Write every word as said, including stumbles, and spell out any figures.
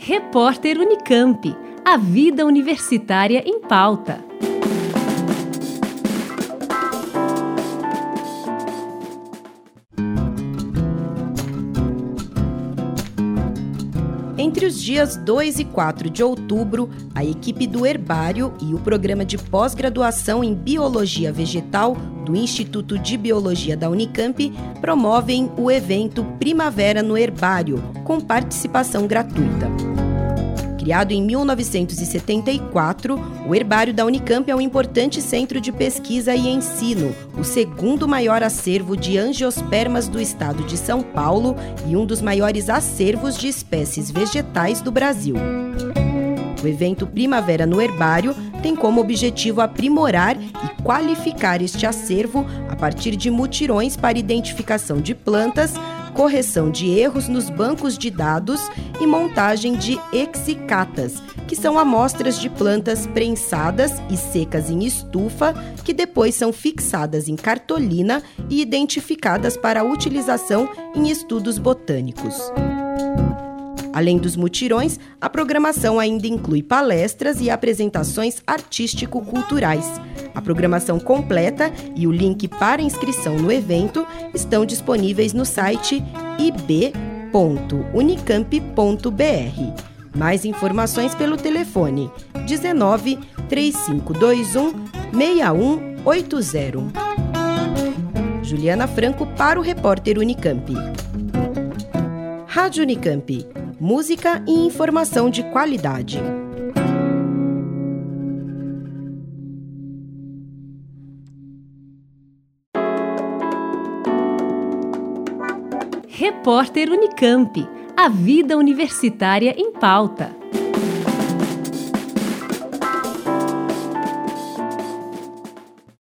Repórter Unicamp. A vida universitária em pauta. Entre os dias dois e quatro de outubro, a equipe do Herbário e o programa de pós-graduação em Biologia Vegetal do Instituto de Biologia da Unicamp promovem o evento Primavera no Herbário, com participação gratuita. Criado em mil novecentos e setenta e quatro, o Herbário da Unicamp é um importante centro de pesquisa e ensino, o segundo maior acervo de angiospermas do estado de São Paulo e um dos maiores acervos de espécies vegetais do Brasil. O evento Primavera no Herbário tem como objetivo aprimorar e qualificar este acervo a partir de mutirões para identificação de plantas, correção de erros nos bancos de dados e montagem de exicatas, que são amostras de plantas prensadas e secas em estufa, que depois são fixadas em cartolina e identificadas para utilização em estudos botânicos. Além dos mutirões, a programação ainda inclui palestras e apresentações artístico-culturais. A programação completa e o link para inscrição no evento estão disponíveis no site i b ponto unicamp ponto b r. Mais informações pelo telefone dezenove, três cinco dois um, seis um oito zero. Juliana Franco para o Repórter Unicamp. Rádio Unicamp. Música e informação de qualidade. Repórter Unicamp. A vida universitária em pauta.